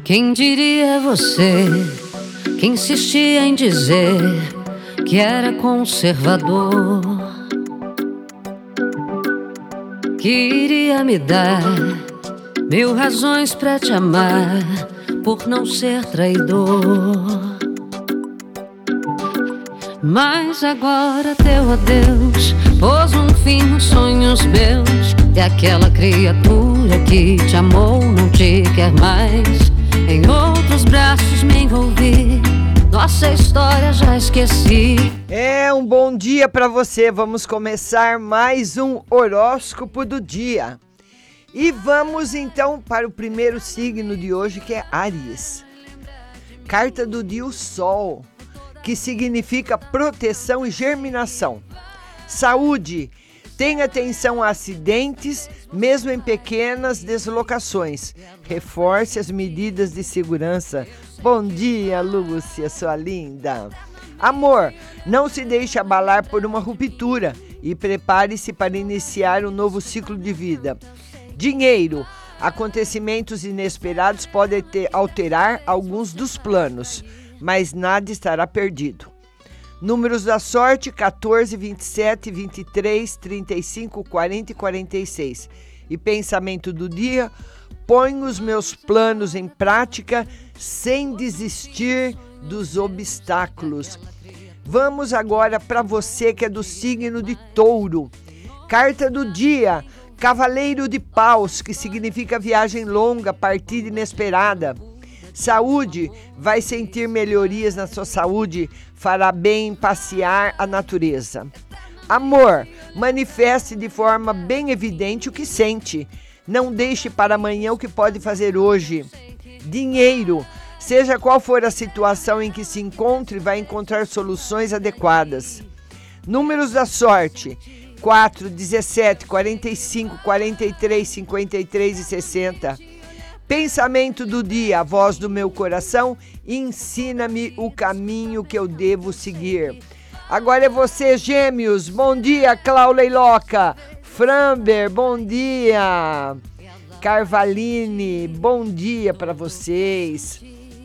Quem diria você que insistia em dizer que era conservador, que iria me dar 1000 razões pra te amar por não ser traidor. Mas agora teu adeus pôs um fim nos sonhos meus, e aquela criatura que te amou não te quer mais. Em outros braços me envolvi, nossa história já esqueci. Um bom dia para você. Vamos começar mais um horóscopo do dia. E vamos então para o primeiro signo de hoje, que é Áries. Carta do dia, o Sol, que significa proteção e germinação. Saúde. Tenha atenção a acidentes, mesmo em pequenas deslocações. Reforce as medidas de segurança. Bom dia, Lúcia, sua linda. Amor, não se deixe abalar por uma ruptura e prepare-se para iniciar um novo ciclo de vida. Dinheiro, acontecimentos inesperados podem alterar alguns dos planos, mas nada estará perdido. Números da sorte: 14, 27, 23, 35, 40 e 46. E pensamento do dia: ponho os meus planos em prática sem desistir dos obstáculos. Vamos agora para você que é do signo de Touro. Carta do dia: Cavaleiro de Paus, que significa viagem longa, partida inesperada. Saúde, vai sentir melhorias na sua saúde, fará bem em passear a natureza. Amor, manifeste de forma bem evidente o que sente. Não deixe para amanhã o que pode fazer hoje. Dinheiro, seja qual for a situação em que se encontre, vai encontrar soluções adequadas. Números da sorte: 4, 17, 45, 43, 53 e 60. Pensamento do dia: a voz do meu coração ensina-me o caminho que eu devo seguir. Agora é você, Gêmeos. Bom dia, Clauleiloca. Framber, bom dia. Carvaline, bom dia para vocês.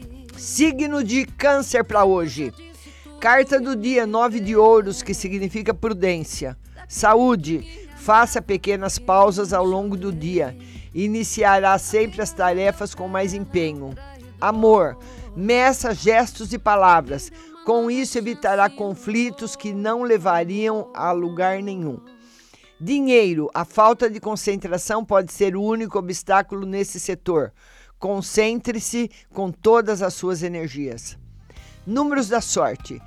Signo de Câncer para hoje. Carta do dia: 9 de ouros, que significa prudência. Saúde, faça pequenas pausas ao longo do dia. Iniciará sempre as tarefas com mais empenho. Amor, meça gestos e palavras. Com isso evitará conflitos que não levariam a lugar nenhum. Dinheiro, a falta de concentração pode ser o único obstáculo nesse setor. Concentre-se com todas as suas energias. Números da sorte: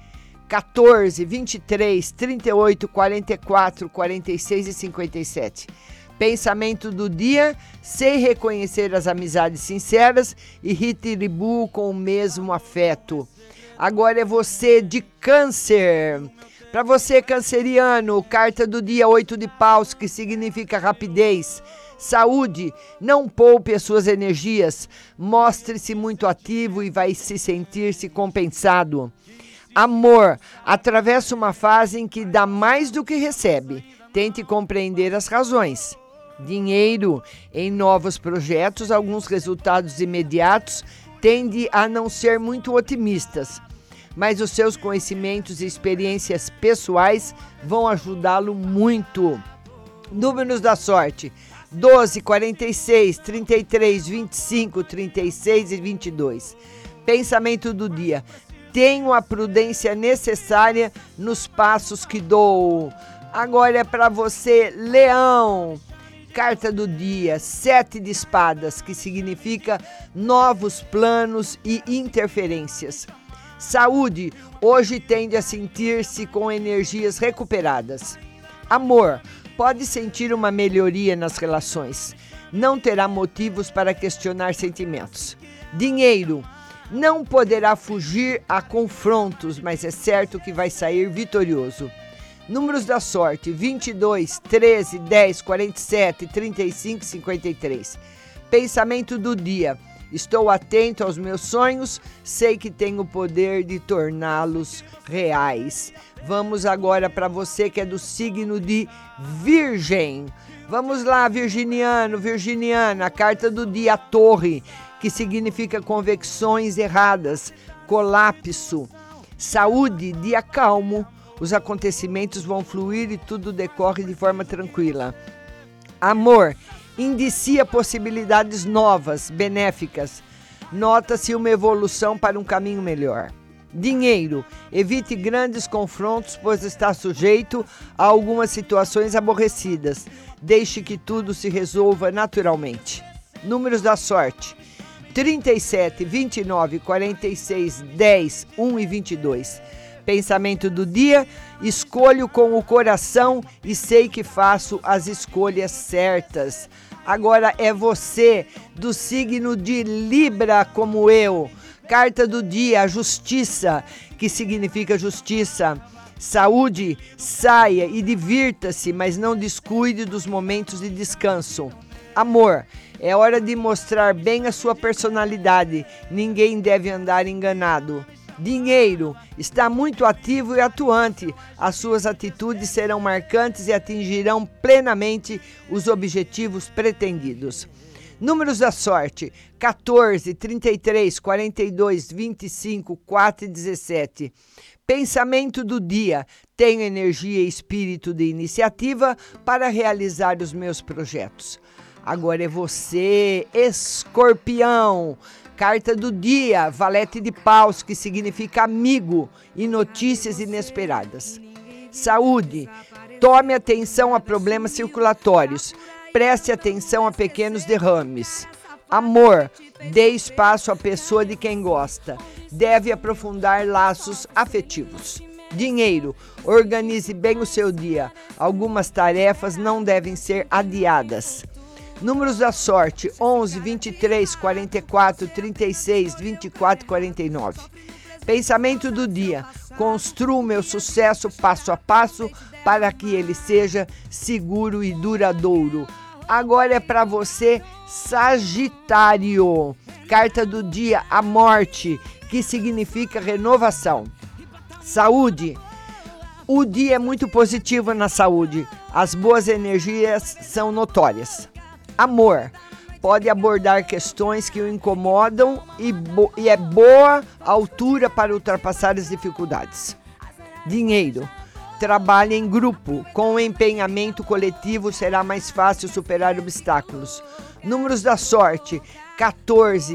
14, 23, 38, 44, 46 e 57. Pensamento do dia: sei reconhecer as amizades sinceras e retribuo com o mesmo afeto. Agora é você de Câncer. Para você, canceriano, carta do dia: 8 de paus, que significa rapidez. Saúde, não poupe as suas energias. Mostre-se muito ativo e vai se sentir-se compensado. Amor, atravessa uma fase em que dá mais do que recebe. Tente compreender as razões. Dinheiro, em novos projetos, alguns resultados imediatos tendem a não ser muito otimistas, mas os seus conhecimentos e experiências pessoais vão ajudá-lo muito. Números da sorte: 12, 46, 33, 25, 36 e 22. Pensamento do dia: tenho a prudência necessária nos passos que dou. Agora é para você, Leão. Carta do dia: 7 de espadas, que significa novos planos e interferências. Saúde, hoje tende a sentir-se com energias recuperadas. Amor, pode sentir uma melhoria nas relações. Não terá motivos para questionar sentimentos. Dinheiro, não poderá fugir a confrontos, mas é certo que vai sair vitorioso. Números da sorte: 22, 13, 10, 47, 35 e 53. Pensamento do dia: estou atento aos meus sonhos, sei que tenho o poder de torná-los reais. Vamos agora para você que é do signo de Virgem. Vamos lá, virginiano, virginiana, a carta do dia: a Torre, que significa convicções erradas, colapso. Saúde, dia calmo. Os acontecimentos vão fluir e tudo decorre de forma tranquila. Amor, indicia possibilidades novas, benéficas. Nota-se uma evolução para um caminho melhor. Dinheiro, evite grandes confrontos, pois está sujeito a algumas situações aborrecidas. Deixe que tudo se resolva naturalmente. Números da sorte: 37, 29, 46, 10, 1 e 22. Pensamento do dia: escolho com o coração e sei que faço as escolhas certas. Agora é você, do signo de Libra, como eu. Carta do dia: justiça, que significa justiça. Saúde, saia e divirta-se, mas não descuide dos momentos de descanso. Amor, é hora de mostrar bem a sua personalidade. Ninguém deve andar enganado. Dinheiro, está muito ativo e atuante. As suas atitudes serão marcantes e atingirão plenamente os objetivos pretendidos. Números da sorte: 14, 33, 42, 25, 4 e 17. Pensamento do dia: tenho energia e espírito de iniciativa para realizar os meus projetos. Agora é você, Escorpião. Carta do dia: valete de paus, que significa amigo e notícias inesperadas. Saúde, tome atenção a problemas circulatórios. Preste atenção a pequenos derrames. Amor, dê espaço à pessoa de quem gosta. Deve aprofundar laços afetivos. Dinheiro, organize bem o seu dia. Algumas tarefas não devem ser adiadas. Números da sorte: 11, 23, 44, 36, 24, 49. Pensamento do dia: construa o meu sucesso passo a passo para que ele seja seguro e duradouro. Agora é para você, Sagitário. Carta do dia: a morte, que significa renovação. Saúde, o dia é muito positivo na saúde. As boas energias são notórias. Amor, pode abordar questões que o incomodam e é boa altura para ultrapassar as dificuldades. Dinheiro, trabalhe em grupo. Com o empenhamento coletivo será mais fácil superar obstáculos. Números da sorte: 14,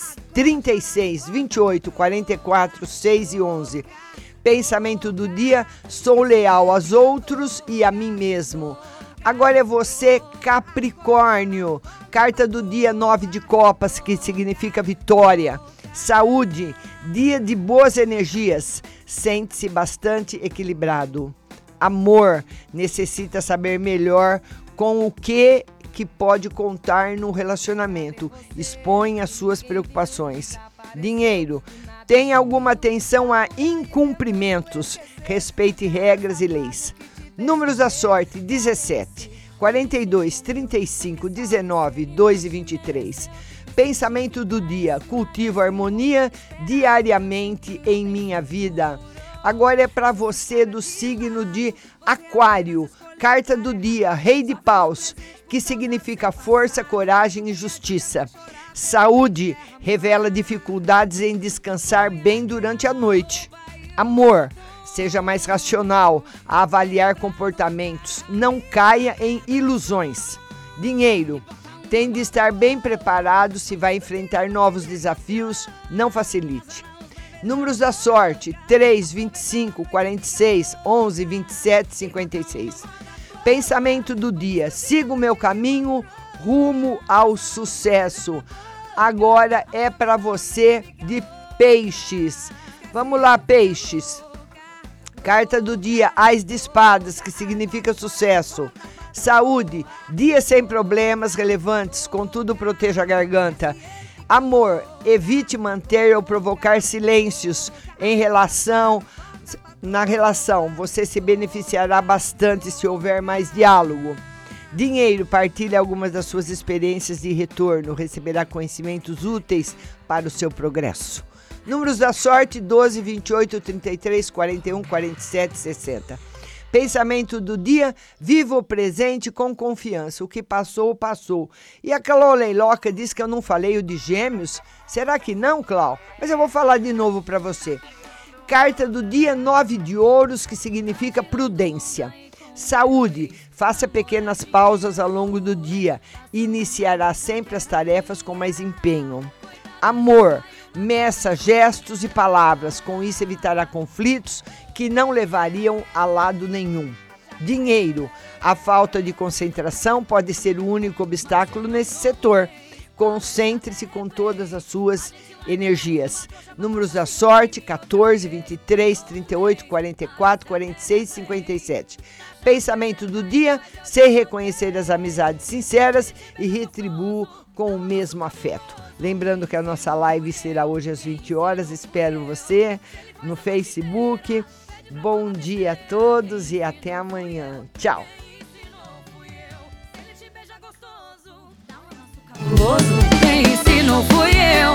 36, 28, 44, 6 e 11. Pensamento do dia: sou leal aos outros e a mim mesmo. Agora é você, Capricórnio. Carta do dia: 9 de copas, que significa vitória. Saúde, dia de boas energias. Sente-se bastante equilibrado. Amor, necessita saber melhor com o que pode contar no relacionamento. Expõe as suas preocupações. Dinheiro, tenha alguma atenção a incumprimentos. Respeite regras e leis. Números da sorte: 17, 42, 35, 19, 2 e 23. Pensamento do dia: cultivo harmonia diariamente em minha vida. Agora é para você, do signo de Aquário. Carta do dia: Rei de Paus, que significa força, coragem e justiça. Saúde, revela dificuldades em descansar bem durante a noite. Amor, seja mais racional a avaliar comportamentos. Não caia em ilusões. Dinheiro, tem de estar bem preparado se vai enfrentar novos desafios. Não facilite. Números da sorte: 3, 25, 46, 11, 27, 56. Pensamento do dia: siga o meu caminho rumo ao sucesso. Agora é para você, de Peixes. Vamos lá, Peixes. Carta do dia: Ás de espadas, que significa sucesso. Saúde, dia sem problemas relevantes, contudo proteja a garganta. Amor, evite manter ou provocar silêncios na relação. Você se beneficiará bastante se houver mais diálogo. Dinheiro, partilhe algumas das suas experiências de retorno. Receberá conhecimentos úteis para o seu progresso. Números da sorte: 12, 28, 33, 41, 47, 60. Pensamento do dia, viva o presente com confiança. O que passou, passou. E a Clau Leiloca disse que eu não falei o de Gêmeos. Será que não, Clau? Mas eu vou falar de novo para você. Carta do dia, 9 de ouros, que significa prudência. Saúde, faça pequenas pausas ao longo do dia e iniciará sempre as tarefas com mais empenho. Amor, meça gestos e palavras, com isso evitará conflitos que não levariam a lado nenhum. Dinheiro, a falta de concentração pode ser o único obstáculo nesse setor. Concentre-se com todas as suas energias. Números da sorte, 14, 23, 38, 44, 46 e 57. Pensamento do dia, sei reconhecer as amizades sinceras e retribuo com o mesmo afeto. Lembrando que a nossa live será hoje às 20 horas. Espero você no Facebook. Bom dia a todos e até amanhã. Tchau. Quem ensinou fui eu.